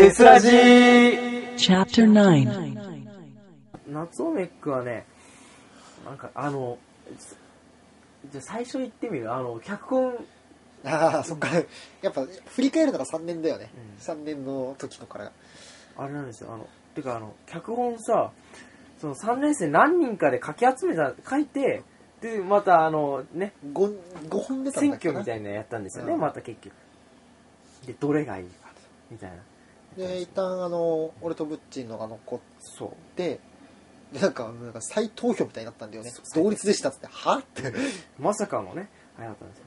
テスラジー Chapter 9 夏オメックはね、なんかじゃあ最初言ってみる脚本。 ああ、そっか。やっぱ振り返るのが3年だよね、3年の時のからあれなんですよ。てか脚本さ、その3年生何人かで書いて、でまたね 5 本出たん選だっけな。 挙みたいなのやったんですよね、また結局。でどれがいいかみたいな。 で一旦俺とブッチンのが残そうでなんか再投票みたいになったんだよね。同率でしたっつってはってまさかのねあれだったんですよ。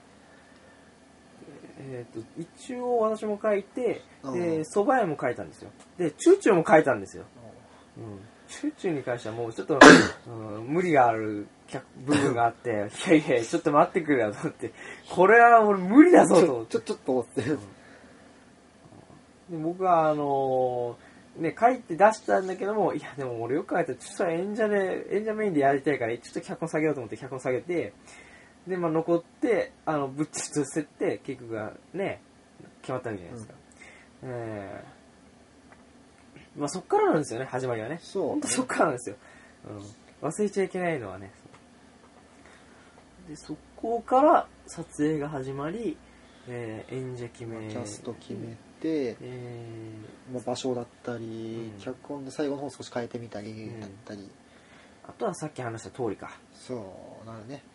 一応私も書いて、で蕎麦屋も書いたんですよ。でチューチューも書いたんですよ。チューチューに関してはもうちょっと、無理がある部分があっていやいやちょっと待ってくれよと思って、これは俺無理だぞと思ってちょっとってで僕はね書いて出したんだけども、いやでも俺よく書いたらちょっと演者メインでやりたいからちょっと脚本下げようと思って脚本下げて、でまあ残ってぶっちと設定結局がね決まったわけじゃないですか。まあそっからなんですよね、始まりはね。 そうそっからなんですよ。忘れちゃいけないのはね。でそこから撮影が始まり、演者決め、 キャスト決めて、まあ、場所だったり、脚本で最後の方少し変えてみたりだったり、 あとはさっき話した通りか。 そうなるね。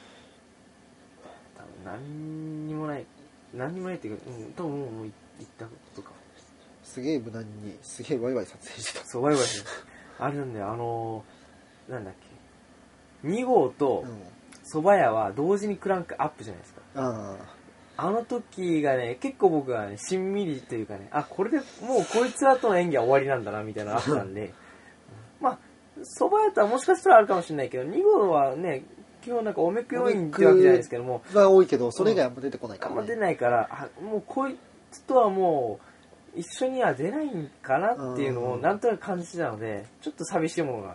多分何にもないっていうか、多分もう言ったことか。 すげえ無難にすげえワイワイ撮影してた。 そうワイワイしてた。あれなんだよ、なんだっけ、2号と蕎麦屋は同時にクランクアップじゃないですか。あの時がね結構僕はねしんみりというかね、これでもうこいつらとの演技は終わりなんだなみたいなのがあったんでまあ蕎麦屋とはもしかしたらあるかもしれないけど、2号はね基本なんかおめく要員ってわけじゃないですけども、 が多いけどそれ以外あんま出てこないから、ね、 あんま出ないから、もうこいつとはもう一緒には出ないんかなっていうのをなんとなく感じてたので、ちょっと寂しいものがあって、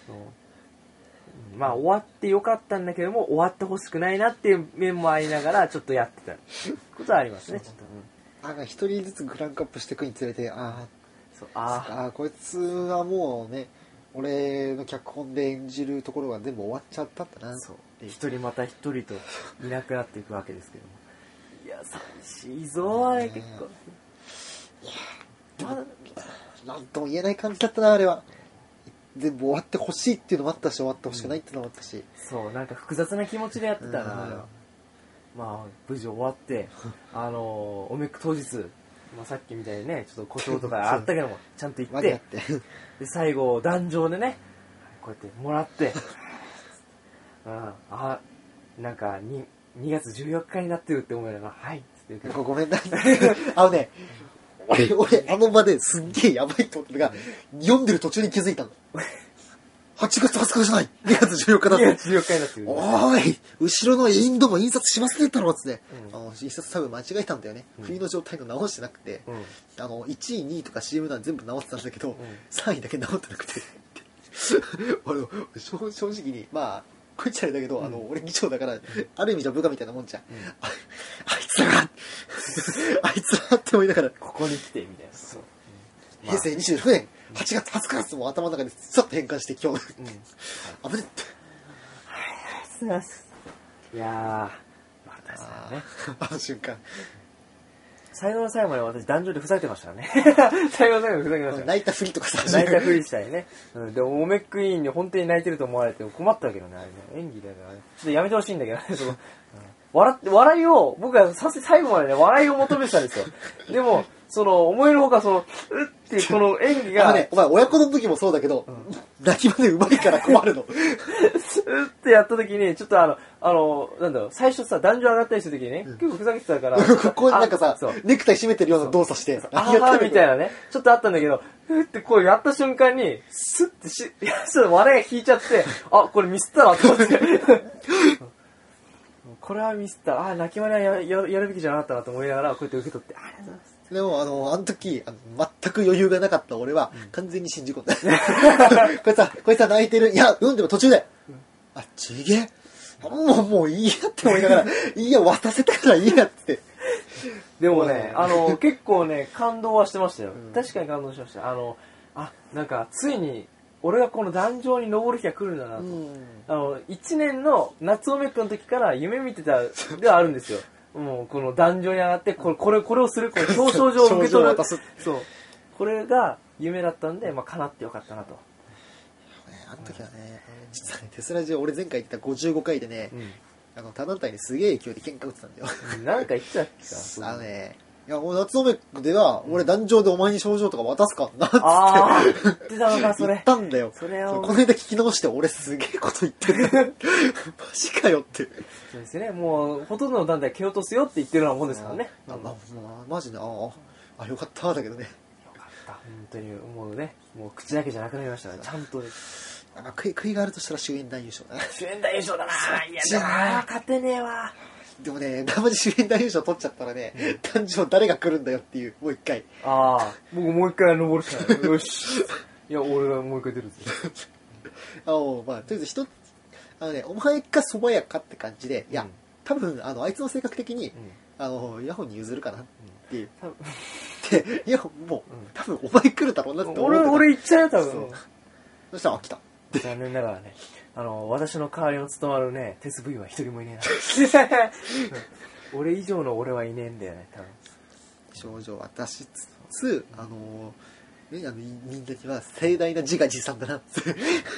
まあ終わってよかったんだけども終わってほしくないなっていう面もありながらちょっとやってたことはありますね。ちょっと、 一人ずつクランクアップしていくにつれてこいつはもうね俺の脚本で演じるところが全部終わっちゃったんだな。 そう一人また一人といなくなっていくわけですけども、いや寂しいぞあれ結構。 なんとも言えない感じだったなあれは。全部終わってほしいっていうのもあったし終わってほしくないっていうのもあったし、 そうなんか複雑な気持ちでやってたなあれは。まあ無事終わっておめく当日、まあ、さっきみたいにねちょっと故障とかあったけどもちゃんと行ってで最後壇上でねこうやってもらってなんか2月14日になってるって思いながらはいっつってごめんなね俺あの場ですっげえやばいと思ったのが、読んでる途中に気づいたの。8月20日じゃない !2 月14日だって。 2月14日になってる。 おーい後ろのインドも印刷し忘れたろっつって。印刷多分間違えたんだよね。冬の状態の直してなくて、1位、2位とか CM 欄全部直ってたんだけど、3位だけ直ってなくて。俺正直に、まあ、こいつあれだけど、俺議長だから、ある意味じゃ部下みたいなもんじゃん。あいつらって思いながら、 ここに来てみたいな。そう。 平成26年8月20日ってもう頭の中でちょっと変換して今日、危ねって。はい、 すいません。いやー、またですね。 あの瞬間。 最後の最後まで私壇上でふざけてましたからね。最後の最後でふざけてました。 泣いたふりとかさ。 泣いたふりしたりね。でもオメックイーンに本当に泣いてると思われて困ったけどね、あれね。演技だからね。ちょっとやめてほしいんだけどね。笑いを、僕は最後までね、笑いを求めてたんですよ。でも、思いのほかうっていうこの演技が。 お前、親子の時もそうだけど、泣きまで上手いから困るの。 ってやった時に、ちょっとなんだろう、最初さ、壇上上がったりする時にね、結構ふざけてたから。 ここなんかさ、ネクタイ締めてるような動作して、 みたいなね、ちょっとあったんだけど、ってこうやった瞬間に、スッてちょっと笑いが引いちゃって、これミスったなと思って。これはミスった。泣きまねはやるべきじゃなかったなと思いながら、こうやって受け取って、ありがとうございます。 でも、あの時、全く余裕がなかった俺は、完全に信じ込んだ。こいつは泣いてる。いや、でも途中で、ちげえ。もういいやって思いながら、いいや、渡せたからいいやって。 でもね、結構ね、感動はしてましたよ。確かに感動しました。なんか、ついに、俺がこの壇上に登る日が来るんだなと。1年の夏オメックの時から夢見てたではあるんですよ。もう、この壇上に上がって、これをする、この表彰状を受け取る。そう。これが夢だったんで、まあ、叶ってよかったなと。 あの時はね、実はね、テスラジオ、俺前回言った55回でね、他団体にすげえ勢いで喧嘩打ってたんだよ。 なんか言ってたっけか。 いや、もう夏オメックでは、俺壇上でお前に賞状とか渡すからな、つって。 言ってたのか、それ。 言ったんだよ。この間聞き直して、俺すげえこと言ってる。マジかよって。 そうですね、もう、ほとんどの団体蹴落とすよって言ってるようなもんですからね。 マジで、よかっただけどね。 よかった、本当に、もうね、もう口だけじゃなくなりましたね、ちゃんと。 悔いがあるとしたら主演男優賞だな。 主演男優賞だな。いや、でも勝てねえわ。 でもね、頑張り主演男優賞取っちゃったらね、誕生誰が来るんだよっていう、もう一回。 僕もう一回登るしかない。よし。いや、俺がもう一回出るぜ。 とりあえずお前か蕎麦屋かって感じで、いや、多分、あいつの性格的に、ヤホーに譲るかなっていう。で、いや、もう、多分お前来るだろうなって思う。 俺行っちゃうよ、多分。 そしたら、来た。 残念ながらね、私の代わりを務まるね、テス V は一人もいねえな。俺以上の俺はいねえんだよね、多分。 症状渡しつつ、みんなには盛大な自画自賛だなって。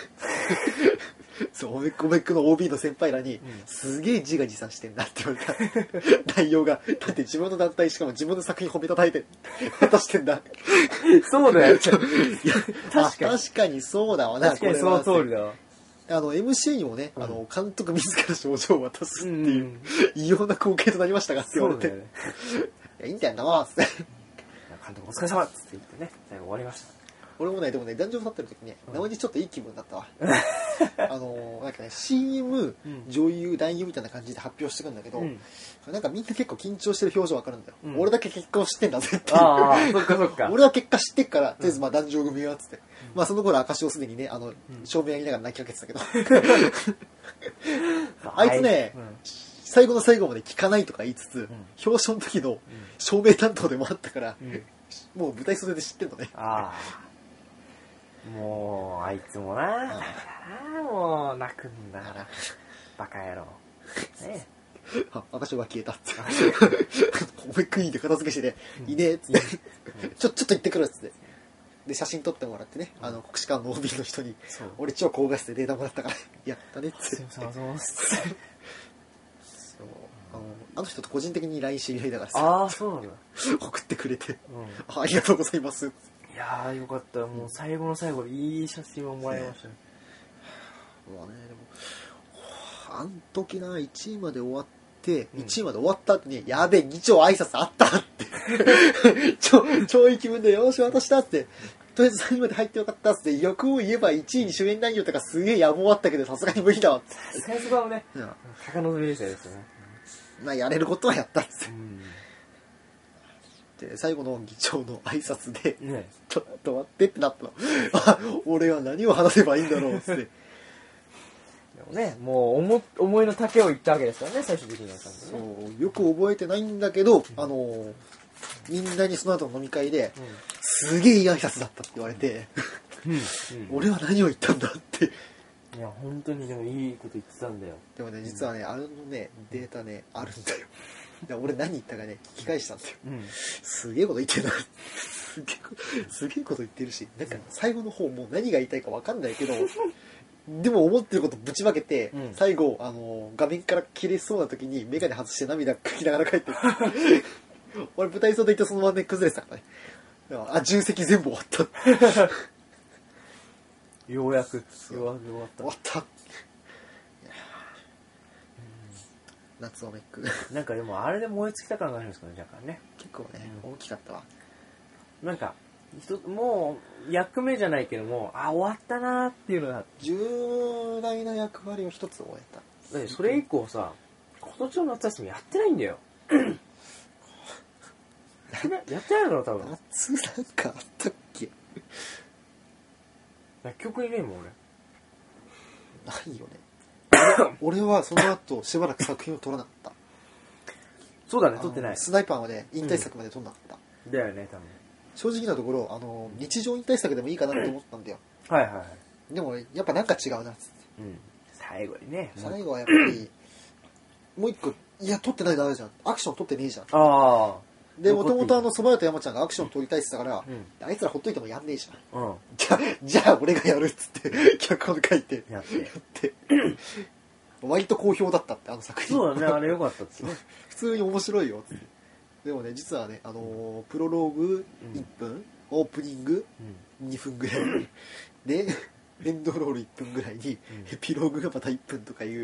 そう、オメックの OB の先輩らに、すげえ自画自賛してんだって言われた内容が、だって自分の団体しかも自分の作品褒めたたいて渡してんだ。 そうだよ。いや、確かにそうだわな、 確かにその通りだわ。 MC にもね、監督自ら賞状を渡すっていう、異様な光景となりましたがって言われて。いや、いいんだよな、つって。 監督お疲れ様っつって言ってね、最後終わりました。 俺もね、でもね、壇上立ってる時ね、なおにちょっといい気分だったわ。なんかね、CM、女優、男優みたいな感じで発表してくんだけど、なんかみんな結構緊張してる表情わかるんだよ。俺だけ結果を知ってんだぜっていう。 そっかそっか。 俺は結果知ってっから、とりあえずまあ壇上組はつって。まあその頃赤潮すでにね、照明やりながら泣きかけてたけど。あいつね、最後の最後まで聞かないとか言いつつ、表彰の時の照明担当でもあったから、もう舞台袖で知ってんのね。 もう、あいつもな、もう、泣くんだから。バカ野郎。ねえ。赤潮が消えたって。思いっくりで片付けしてね、いねえっつって、ちょっと行ってくるっつって。で、写真撮ってもらってね、国士舘の OB の人に、俺超高画質でデータもらったから、やったねっつって。あの人と個人的に LINE 知り合いだからさ。 そうなんだ。 送ってくれて、ありがとうございます。 いやーよかった。もう最後の最後でいい写真をもらいましたね。 もうね、でも、あん時な、1位まで終わって、1位まで終わった後に、やべえ、2丁挨拶あったって。超いい気分で、よし、渡したって。とりあえず3位まで入ってよかったって、欲を言えば1位に主演男優とかすげえ野望あったけど、さすがに無理だわって。 さすがはね、高望みでしたよね。 まあ、やれることはやったっつって。で、最後の議長の挨拶で、ちょっと待ってってなったの。俺は何を話せばいいんだろうっつって。 でもね、もう思いの丈を言ったわけですからね、最終的にはちゃんとね。 そう、よく覚えてないんだけど、みんなにその後の飲み会で、すげえいい挨拶だったって言われて、俺は何を言ったんだって。 いや、本当にでもいいこと言ってたんだよ。 でもね、実はね、あれのね、データね、あるんだよ。俺何言ったかね、聞き返したんだよ。すげえこと言ってるな。すげえこと言ってるし、なんか最後の方もう何が言いたいか分かんないけど、でも思ってることぶちまけて、最後、画面から切れそうな時にメガネ外して涙拭きながら帰って俺舞台袖行ってそのままね崩れてたからね。重責全部終わった。 ようやく終わった。 終わった。夏オメック。 なんかでもあれで燃え尽きた感があるんですかね、若干ね。 結構ね、大きかったわ。 なんか、もう役目じゃないけども、終わったなーっていうのが重大な役割を一つ終えた。それ以降さ、今年の夏休みやってないんだよ。やってないの多分。 夏なんかあったっけ？ 薬局いねえもん俺。 ないよね。俺はその後しばらく作品を撮らなかった。 そうだね、撮ってない。 スナイパーまで引退作まで撮んなかった。 だよね、多分。 正直なところ、日常引退作でもいいかなって思ったんだよ。 はいはいはい。 でも、やっぱなんか違うなっつって。 うん。最後にね。 最後はやっぱり、もう一個、いや、撮ってないとダメじゃん。アクション撮ってねえじゃん。 ああ。 で、もともと蕎麦屋と山ちゃんがアクション撮りたいって言ってたから、あいつらほっといてもやんねえじゃん。じゃあ俺がやるっつって、脚本書いて、やって。割と好評だったって、作品。 そうだね、あれ良かったっすね。 普通に面白いよっつって。でもね、実はね、プロローグ1分、オープニング2分ぐらいで、エンドロール1分ぐらいに、エピローグがまた1分とかいう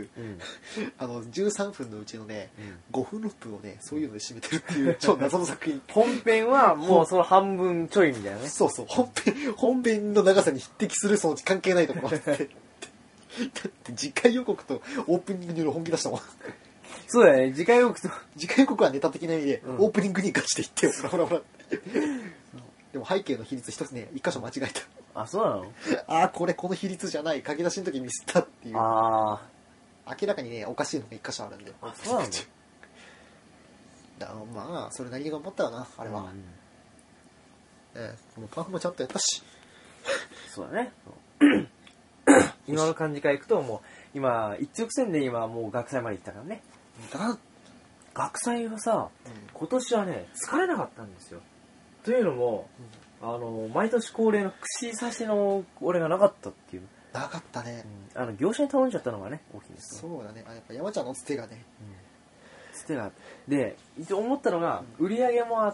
、13分のうちのね、5分6分をね、そういうので締めてるっていう超謎の作品。 本編はもうその半分ちょいみたいなね。 そうそう、本編の長さに匹敵するその関係ないところって。だって次回予告とオープニングに本気出したもん。 そうだね、次回予告はネタ的な意味で、オープニングにガチで言ってよ、ほらほら。でも背景の比率一つね、一箇所間違えた。 あ、そうなの？ この比率じゃない、書き出しの時ミスったっていう。明らかにね、おかしいのが一箇所あるんで。 あ、そうなんだ。 まあ、それなりに頑張ったよな、あれは。このパンフもちゃんとやったし。 そうだね。今の感じからいくと、もう、今、一直線で今、もう学祭まで行ったからね。学祭はさ、今年はね、疲れなかったんですよ。というのも、毎年恒例の串刺しの俺がなかったっていう。 なかったね。 業者に頼んじゃったのがね、大きいんですよ。 そうだね。やっぱ山ちゃんのつてがね。 つてがあって。で、一応思ったのが、売り上げもあって、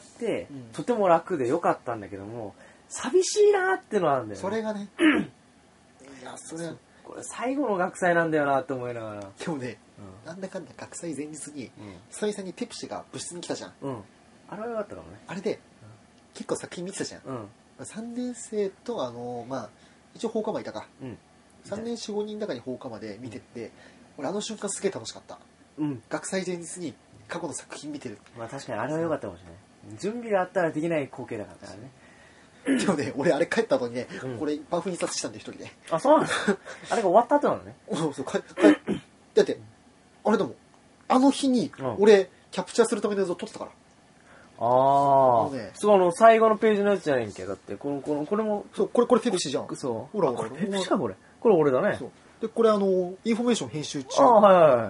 とても楽で良かったんだけども、寂しいなーってのはあるんだよね。 それがね。いや、それは。 これ最後の学祭なんだよなって思いながら。 でもね、なんだかんだ学祭前日に、久々にペプシが部室に来たじゃん。 あれは良かったかもね。 あれで、結構作品見てたじゃん。3年生と一応放課まいたか。3年4、5人の中に放課まで見てって、俺瞬間すげえ楽しかった。学祭前日に過去の作品見てる。 まあ確かにあれは良かったかもしれない。準備があったらできない光景だからね。 でもね、俺あれ帰った後にね、これパンフ印刷したんで一人で。 あ、そうなんだ。あれが終わった後なのね。 そう、だって、あれだもん。あの日に、俺、キャプチャーするための映像撮ってたから。 そう最後のページのやつじゃないんけ。だって、これも。 そう、これペプシじゃん。 そう。 ほら、 ペプシかこれ。これ俺だね。 そう。で、これインフォメーション編集中。 はい。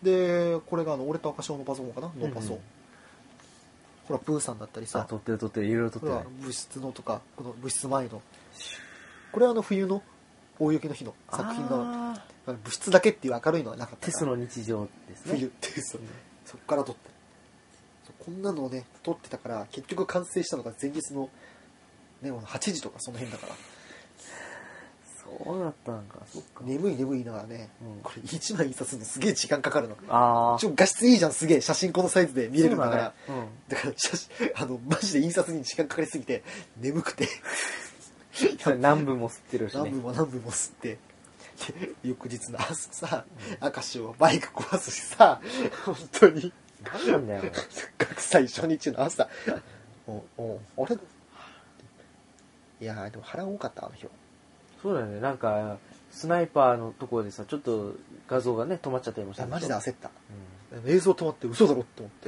で、これが俺と赤潮のパソコンかな、ノーパソ。ほら、プーさんだったりさ。 撮ってる、いろいろ撮ってる。 物質のとか、この物質前の。これ冬の大雪の日の作品の、物質だけっていう明るいのはなかったから。 テスの日常ですね。 冬っていう、そっから撮って。こんなのをね、撮ってたから、結局完成したのが前日の、ね、8時とかその辺だから。 そうだったんか、そっか。 眠い言いながらね、これ1枚印刷するのすげえ時間かかるの。画質いいじゃん、すげえ。写真このサイズで見れるんだから。だからマジで印刷に時間かかりすぎて、眠くて。 何分も吸ってるしね。 何分も吸って。翌日の朝さ、赤潮はバイク壊すしさ、本当に。 何なんだよ。 学祭初日の朝。俺、いやでも腹多かった、あの日は。 そうだよね。なんか、スナイパーのところでさ、ちょっと画像がね、止まっちゃったりもした。 マジで焦った。映像止まって嘘だろって思って。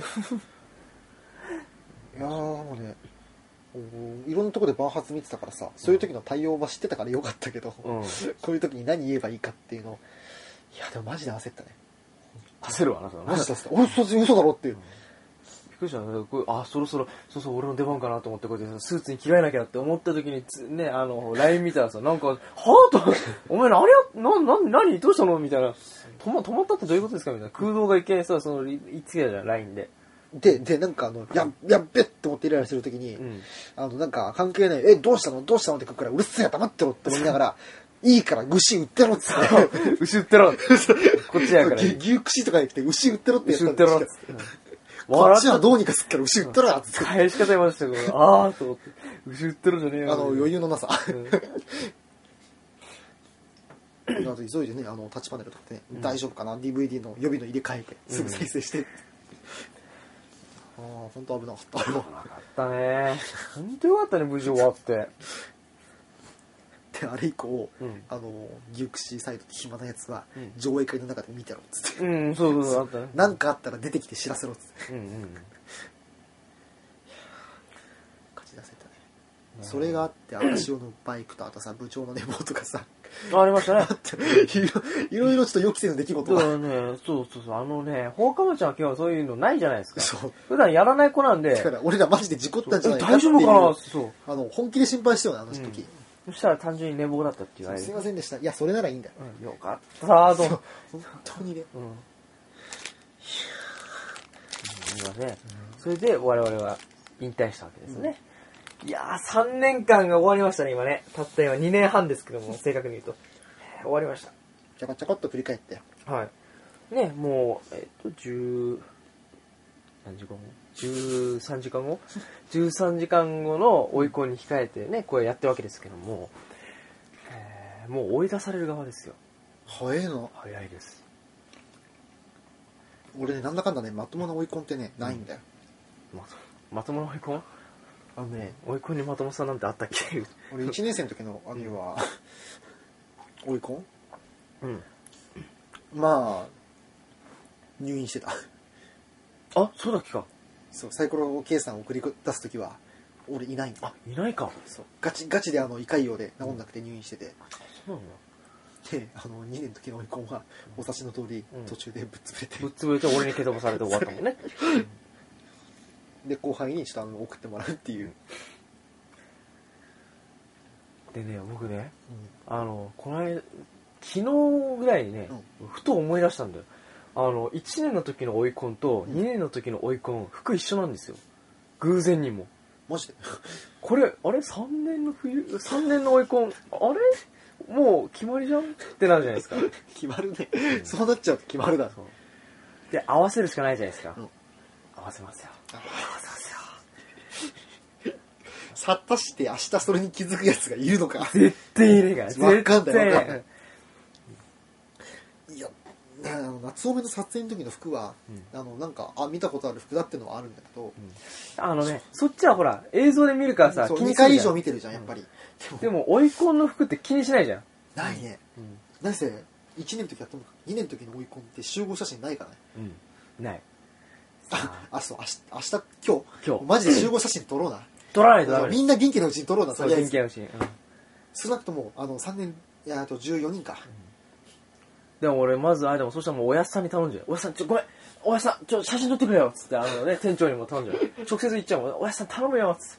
いやもうね、いろんなところで爆発見てたからさ、そういう時の対応は知ってたからよかったけど、こういう時に何言えばいいかっていうのを、いやでもマジで焦ったね。 焦るわな、それ。 マジで焦った。俺嘘だろっていう。 びっくりしたね。そろそろ俺の出番かなと思って、こうやってスーツに着替えなきゃって思った時に、ね、LINE 見たらさ、なんか、はぁと、お前何どうしたのみたいな。止まったってどういうことですかみたいな。空洞がいきなりさ、言いつけたじゃん、LINE で。 で、なんかやっべって思ってイライラしてる時に、なんか関係ない、どうしたのって来るから、うるせえ黙ってろって思いながら、いいから牛売ってろっつって。 牛売ってろこっちやから。 牛串とかじゃなくて牛売ってろってやったんですよ。牛売ってろっつって。 こっちはどうにかすっから牛売ってろっつって。 返し方いましたけど、と思って。牛売ってろじゃねえよ。 余裕のなさ。急いでね、タッチパネルとかね、大丈夫かな DVD の予備の入れ替えて、すぐ再生して。本当危なかった。 危なかったね。本当よかったね、無事終わって。 であれ以降、 うん、 ギュクシーサイトで暇なやつは、 うん、 上映会の中で見てろっつって、 うん、そうそうそう、あったね。 なんかあったら出てきて知らせろっつって、 うんうん。 勝ち出せたね。それがあって、赤潮のバイクと、あとさ、部長の寝坊とかさ、 ありましたね。 いろいろちょっと予期せぬ出来事が。 ね、そうそうそう、放課後ちゃんは今日はそういうのないじゃないですか。 そう。 普段やらない子なんで。 だから俺らマジで事故ったんじゃないかっていう。 大丈夫かなそう。 本気で心配してよね、あの時。 そしたら単純に寝坊だったっていうあれ。 すいませんでした。いや、それならいいんだよ。 よかったーと。 本当にね。 今ね、それで我々は引退したわけですね。いやー、3年間が終わりましたね、今ね。たった今2年半ですけども、正確に言うと。終わりました。 ちょこちょこっと振り返って。 はい。ね、もう、何時間後 ?13 時間後 ?13 時間後の追い込みに控えてね、これやってるわけですけども、もう追い出される側ですよ。 早いの？ 早いです。 俺ね、なんだかんだね、まともな追い込んってね、ないんだよ。 まともな追い込ん追い込んにまともさなんてあったっけ俺1年生の時の兄は、追い込ん？ うん。 まあ、入院してた。 あ、そうだっけか。 そう、サイコロ計算を送り出す時は、俺いないんだ。 あ、いないか。 そう。ガチで胃潰瘍で治んなくて入院してて。 そうなんだ。 で、2年の時の追い込んは、お察しの通り、途中でぶっ潰れて。 ぶっ潰れて俺に蹴飛ばされて終わったもんね。 で、後輩にちょっと送ってもらうっていう。 でね、僕ね、この間、昨日ぐらいにね、ふと思い出したんだよ。1年の時の追い込んと2年の時の追い込ん、服一緒なんですよ。偶然にも。 マジでこれ、あれ ?3 年の追い込ん、あれもう決まりじゃんってなるじゃないですか。 決まるね。そうなっちゃうと決まるだ。 で、合わせるしかないじゃないですか。合わせますよ。合わせますよ。 さったして明日それに気づくやつがいるのか。 絶対いるから。 わかんないわかんない。いや、夏おめの撮影の時の服は、なんか見たことある服だってのはあるんだけど、 そっちはほら映像で見るからさ、 2回以上見てるじゃん、やっぱり。 でも追い込んの服って気にしないじゃん。 ないね。何せ1年の時やったのか、2年の時の追い込んって集合写真ないからね。 ない。 そう、明日今日マジで集合写真撮ろうな。 撮らないとダメ。 みんな元気なうちに撮ろうな。 そう、元気なうちに。 少なくとも3年、あと14人か。 でも俺まずそしたらもうおやすさんに頼んじゃう。おやすさんごめん、おやすさん写真撮ってくれよっつって店長にも頼んじゃう。直接言っちゃうもん。おやすさん頼むよっつって。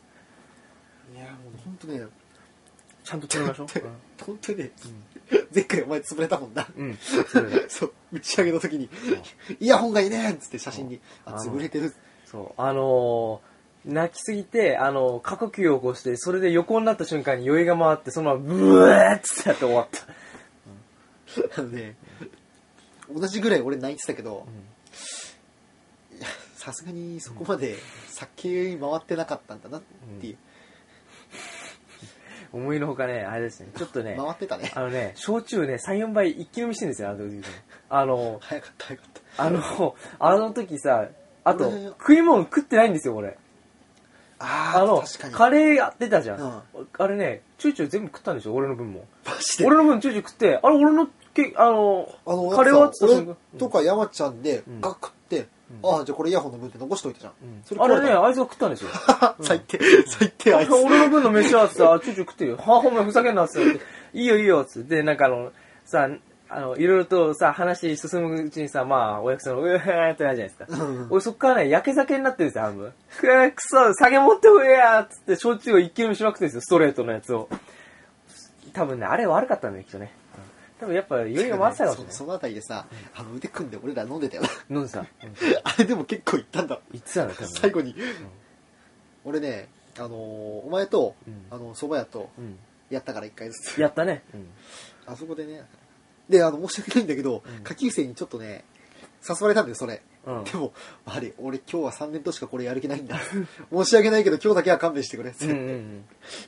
いやもう本当ね、 ちゃんと撮りましょう。 本当にね、前回お前潰れたもんな。そう、打ち上げの時にイヤホンがいねえっつって写真に潰れてる。 そう泣きすぎて過呼吸を起こして、それで横になった瞬間に酔いが回って、そのままブーッつってやって終わった。 ね、同じぐらい俺泣いてたけど、さすがにそこまで酒回ってなかったんだなっていう、 思いのほかね、あれですね、ちょっとね回ってたね。 焼酎ね 3,4 杯一気飲みしてるんですよ。 早かったあの時さ、あと食い物食ってないんですよ俺。 確かにカレーやってたじゃん、あれね、ちょいちょい全部食ったんでしょ、俺の分も。 マジで俺の分ちょいちょい食って、俺のカレーは俺とか山ちゃんでガッ食って、じゃあこれイヤホンの分って残しといたじゃん。 あれね、あいつが食ったんですよ。 最低あいつ。 俺の分の飯はさ、ちょいちょい食ってるよ。ほんまふざけんなっつって。いいよっつって。で、なんかさ、いろいろとさ、話進むうちにさ、まあ、お約束の、うわーってなるじゃないですか。俺そっからね、焼け酒になってるんですよ、半分。くそ、酒持ってこいやーっつって、焼酎を一気飲みしまくってるんですよ、ストレートのやつを。多分ね、あれ悪かったんだよ、きっとね。多分やっぱ酔いが回ってたかもしれない。 そのあたりでさ、腕組んで俺ら飲んでたよ。 飲んでた。 あれでも結構いったんだ。 いってたんだ、多分。 最後に。俺ね、お前と、蕎麦屋と、やったから一回ずつ。 やったね。 あそこでね。で、申し訳ないんだけど、下級生にちょっとね、誘われたんだよ、それ。でも、俺今日は3年としかこれやる気ないんだ。申し訳ないけど今日だけは勘弁してくれ。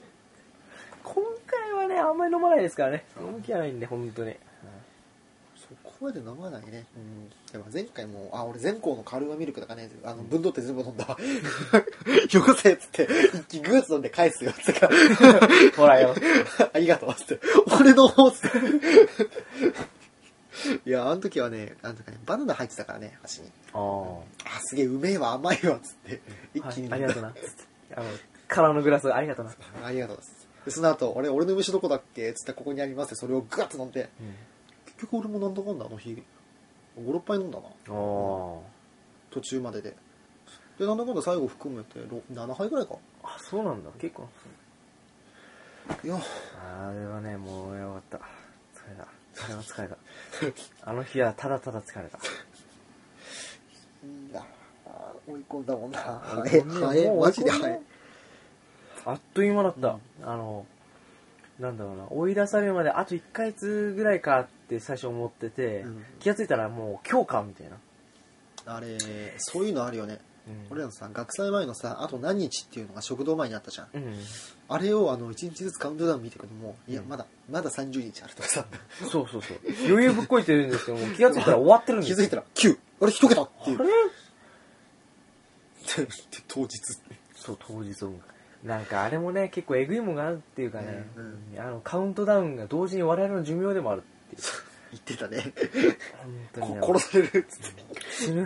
今回はね、あんまり飲まないですからね。飲む気はないんで、本当に。 こまで飲まないね。でも前回も、俺全校のカルーアミルクだからね、分取って全部飲んだわ。よこせっつって、一気グーツ飲んで返すよっつってから。 ほらよ。 ありがとうっつって。俺の方っつって。いや、あの時はね、バナナ入ってたからね、箸に。すげえ、うめえわ、甘いわ、つって。一気に飲んだ。 ありがとうな。空のグラスありがとうな。 ありがとうです。で、その後、俺の梅酒どこだっけつってここにありますって、それをガッと飲んで、結局俺もなんだかんだあの日、5、6杯飲んだな。途中までで。で、なんだかんだ最後含めて、7杯ぐらいか。 あ、そうなんだ。結構。 いや。 あれはね、もうやばかった。疲れた。それは疲れた。あの日はただただ疲れた。 いや、追い込んだもんな。早い、マジで早い。 あっという間だった。なんだろうな、追い出されるまであと1ヶ月ぐらいかって最初思ってて、気がついたらもう今日かみたいな。 あれ、そういうのあるよね。俺らのさ、学祭前のさ、あと何日っていうのが食堂前にあったじゃん。あれを1日ずつカウントダウン見てくるともう、いや、まだ30日あるとかさ。 そう。余裕ぶっこいてるんですけども、気がついたら終わってるんですよ。 気づいたら9。あれ1桁っていう。当日。 そう、当日音楽。なんかあれもね、結構エグいもんがあるっていうかね、カウントダウンが同時に我々の寿命でもあるっていう。 言ってたね。 本当に殺されるっつって。 死ぬ。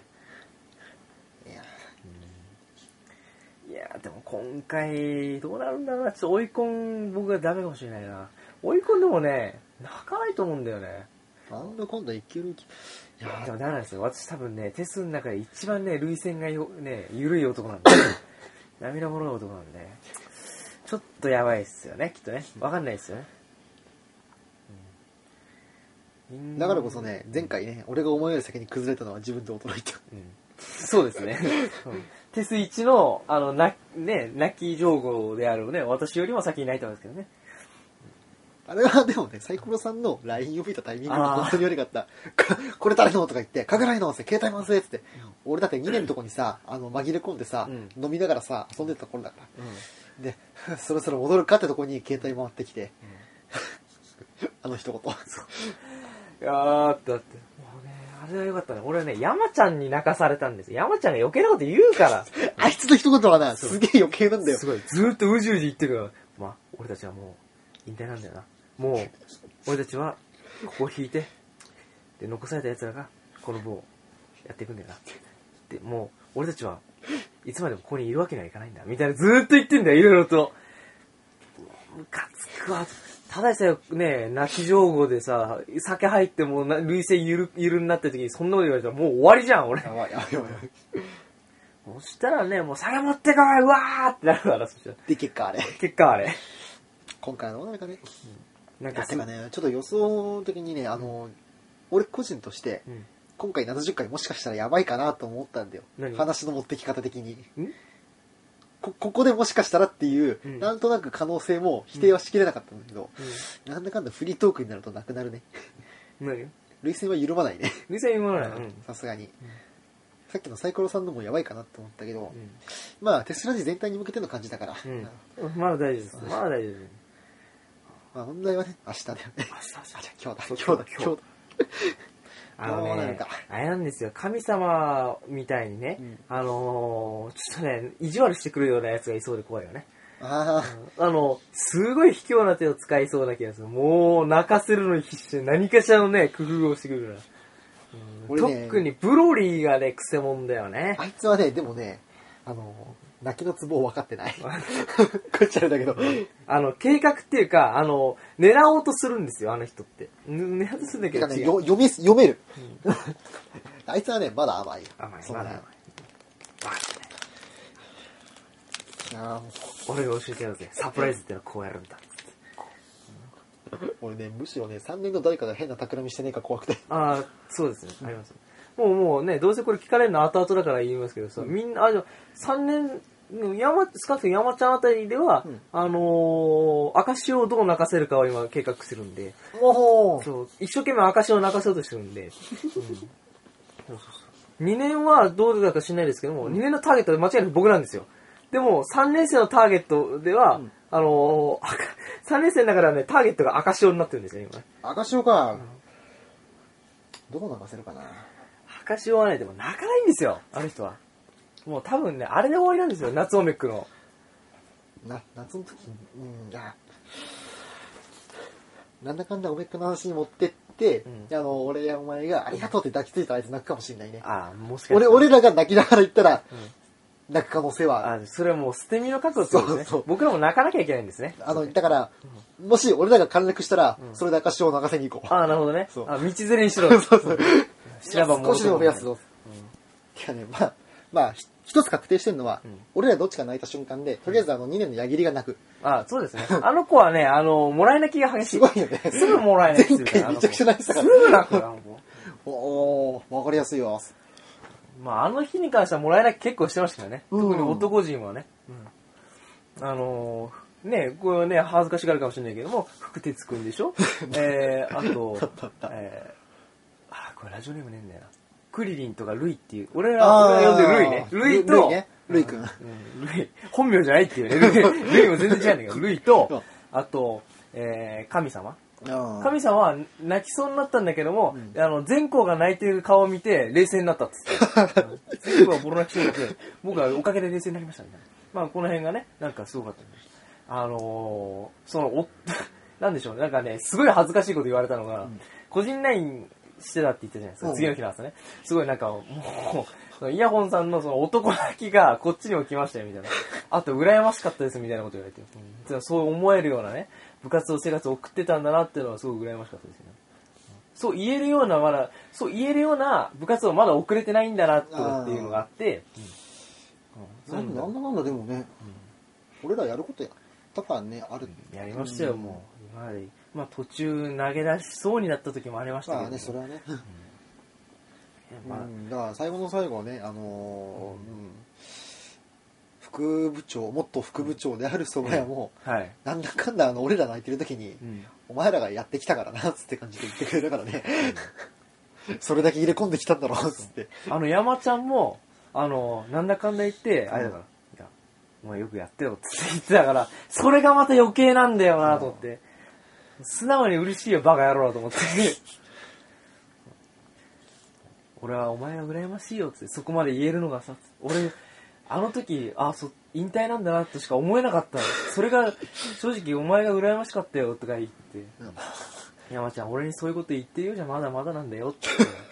いやでも今回どうなるんだろうな。ちょっと追い込ん僕がダメかもしれないな。追い込んでもね、泣かないと思うんだよね。 なんだ今度いける気。 いやでもダメなんですよ。私多分ね、テストの中で一番ね、涙腺が緩い男なんで。涙もろい男なんで、ちょっとやばいっすよね、きっとね。わかんないっすよね。 だからこそね、前回ね、俺が思いより先に崩れたのは自分で驚いた。 そうですね。テス1の、泣き上手であるね、私よりも先に泣いたんですけどね。 あれはでもね、サイコロさんの LINE を見たタイミングが本当に悪かった。これ誰のとか言って、かけないのって携帯回せって。俺だって2年のとこにさ、紛れ込んでさ、飲みながらさ、遊んでた頃だから。で、そろそろ戻るかってとこに携帯回ってきて、あの一言。 いやーってだって、もうね、あれはよかったね。俺はね、山ちゃんに泣かされたんですよ。山ちゃんが余計なこと言うから。 あいつの一言はな、すげえ余計なんだよ。 すごい、ずーっとうじうじ言ってるから、まあ、俺たちはもう、引退なんだよな。もう、俺たちは、ここを引いて、で、残された奴らが、この部をやっていくんだよな。で、もう、俺たちはいつまでもここにいるわけにはいかないんだ。みたいなずーっと言ってんだよ、いろいろと。ムカつくわ。ただでさえね、泣き上手でさ、酒入ってもう涙腺ゆるになった時にそんなこと言われたらもう終わりじゃん、俺。やばい。そしたらね、もう酒持ってこい、うわーってなるから、そしたら。 で、結果あれ。今回はどうなるかね。なんかね、ちょっと予想的にね、俺個人として、今回70回もしかしたらやばいかなと思ったんだよ。話の持ってき方的に。ここでもしかしたらっていう、なんとなく可能性も否定はしきれなかったんだけど、なんだかんだフリートークになるとなくなるね。涙腺は緩まないね。 涙腺緩まない。 さすがに。さっきのサイコロさんのもやばいかなと思ったけど、まあテスラジ全体に向けての感じだから。 まだ大丈夫です。まあ問題はね、明日だよね。今日だ。 あれなんですよ、神様みたいにね、ちょっとね、意地悪してくるようなやつがいそうで怖いよね。すごい卑怯な手を使いそうな気がする。もう泣かせるのに必死で何かしらのね、工夫をしてくるから。特にブロリーがね、クセモンだよね。 あいつはね、でもね、泣きのツボを分かってない。こっちあれだけど。 計画っていうか、狙おうとするんですよ、あの人って。狙おうとするんだけど違う。 読める。あいつはね、まだ甘い。 まだ甘い。俺が教えてやるぜ。サプライズってのはこうやるんだ。 俺ね、むしろね、3年の誰かが変な企みしてねえか怖くて。 ああ、そうですね。あります。もうね、どうせこれ聞かれるの後々だから言いますけどさ、みんな、3年、少なくとも山ちゃんあたりでは、赤潮をどう泣かせるかを今計画してるんで、そう一生懸命赤潮を泣かそうとしてるんで、2年はどうだか知らないですけども、2年のターゲットは間違いなく僕なんですよ。でも、3年生のターゲットでは、3年生だからね、ターゲットが赤潮になってるんですよ、今。 赤潮か。 どう泣かせるかな。 赤潮はね、でも泣かないんですよ、あの人は。もう多分ね、あれで終わりなんですよ、夏オメックの。 夏の時に、なんだかんだオメックの話に持ってって、俺やお前がありがとうって抱きついたらあいつ泣くかもしれないね。 もしかしたら。 俺らが泣きながら言ったら、泣く可能性は。 それはもう捨て身の覚悟ってことですね。僕らも泣かなきゃいけないんですね。 だから、もし俺らが陥落したら、それで赤潮を泣かせに行こう。 なるほどね。道連れにしろ。そう。 少しでも増やすぞ。いやね、まあ、一つ確定してるのは、俺らどっちか泣いた瞬間で、とりあえず2年の矢切が泣く。 そうですね。あの子はね、もらい泣きが激しい。 すごいよね。 すぐもらい泣きするから。 めちゃくちゃ泣いてたから。 すぐ泣くから、 わかりやすいよ。 あの日に関してはもらい泣き結構してましたよね。特に男陣はね。ね、これね、恥ずかしがるかもしれないけども、福哲くんでしょあと、これラジオネームねえんだよな。クリリンとかルイっていう、俺ら呼んでるルイね。ルイと、 ルイくん。 ルイ、本名じゃないっていうね。ルイも全然違うんだけど、ルイと、あと、神様。神様は泣きそうになったんだけども、善光が泣いてる顔を見て冷静になったっつって。善光はボロ泣きしてて、僕はおかげで冷静になりましたみたいな。この辺がね、なんかすごかったです。なんでしょうね、なんかね、すごい恥ずかしいこと言われたのが、個人 LINE してたって言ったじゃないですか、次の日の朝ね。すごいなんか、もう、イヤホンさんのその男泣きがこっちにも来ましたよみたいな。あと、羨ましかったですみたいなこと言われて、そう思えるようなね、部活生活を送ってたんだなっていうのはすごく羨ましかったですよね。そう言えるような部活をまだ送れてないんだなっていうのがあって、 なんだでもね、俺らやることやったからね、ある。 やりましたよ、もう。途中投げ出しそうになった時もありましたけどね。 それはね。だから最後の最後はね、元副部長である蕎麦屋も、なんだかんだ俺ら泣いてる時に、お前らがやってきたからな、つって感じで言ってくれたからね。それだけ入れ込んできたんだろう、つって。 山ちゃんも、なんだかんだ言って、あれだから、お前よくやってよって言ってたから、それがまた余計なんだよなと思って。素直に嬉しいよ、バカ野郎と思って。俺はお前が羨ましいよって、そこまで言えるのがさ、俺、あの時、引退なんだなとしか思えなかった。それが、正直お前が羨ましかったよとか言って、山ちゃん、俺にそういうこと言ってよじゃまだまだなんだよって。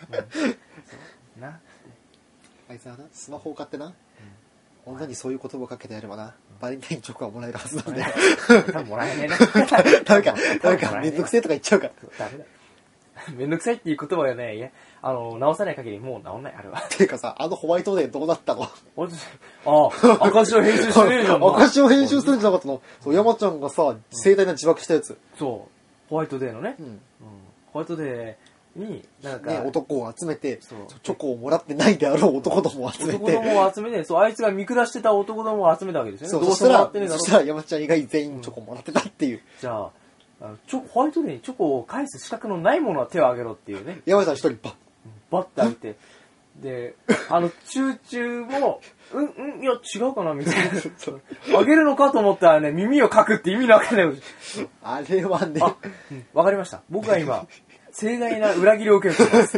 あいつはな、スマホを買ってな、女にそういう言葉をかけてやればな、バレンタインチョコはもらえるはずなんだよ。 多分もらえねえな。 ダメか、めんどくせえとか言っちゃうから。 ダメだ。めんどくさいっていう言葉がね、直さない限りもう直んない、あれは。 っていうかさ、ホワイトデーどうなったの？ 赤潮編集するじゃん。 赤潮編集するんじゃなかったの？そう、山ちゃんがさ、盛大な自爆したやつ。 そう、ホワイトデーのね。ホワイトデーに、なんか。 男を集めて、チョコをもらってないであろう男どもを集めて。 男どもを集めて、そう、あいつが見下してた男どもを集めたわけですよね。 そしたら山ちゃん以外全員チョコもらってたっていう。 じゃあ、ホワイトデーにチョコを返す資格のない者は手を挙げろっていうね。 山ちゃん一人バッて開いて。で、チューチューも、いや、違うかなみたいな。あげるのかと思ったらね、耳をかくって意味のわかんない。 あれはね。 わかりました。僕は今、盛大な裏切りを受けると思います。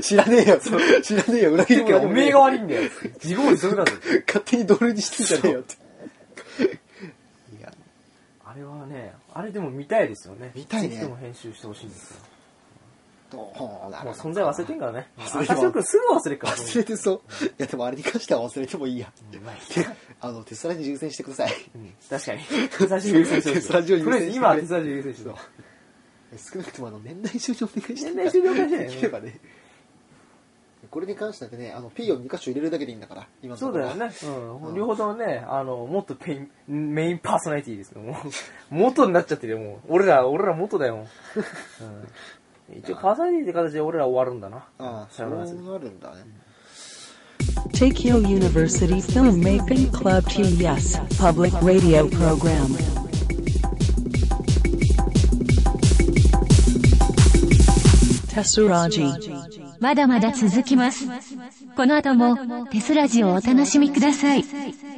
知らねえよ、裏切りおめえが悪いんだよ。自業自得だぞ。 勝手に同類にしてんじゃねえよって。 いや、あれはね、あれでも見たいですよね。 見たいね。 ぜひとも編集してほしいんですよ。 もう存在忘れてんからね。赤潮くんすぐ忘れるから。 忘れてそう。いやでもあれに関しては忘れてもいいや。テスラに優先してください。 確かに。テスラジを優先してほしい。とりあえず今はテスラジを優先してほしい。 少なくとも年内終了お願いして。 年内終了お願いして。 できればね。これに関してはね、P を2箇所入れるだけでいいんだから、 今のところ。そうだよね。両方ともね、もっとメインパーソナリティですけども、元になっちゃってるよ、もう。俺ら元だよ。一応パーソナリティって形で俺ら終わるんだな。 そうなるんだね。 Tokyo University Filmmaking Club TES Public Radio Program Tesuraji まだまだ続きます。この後もテスラジをお楽しみください。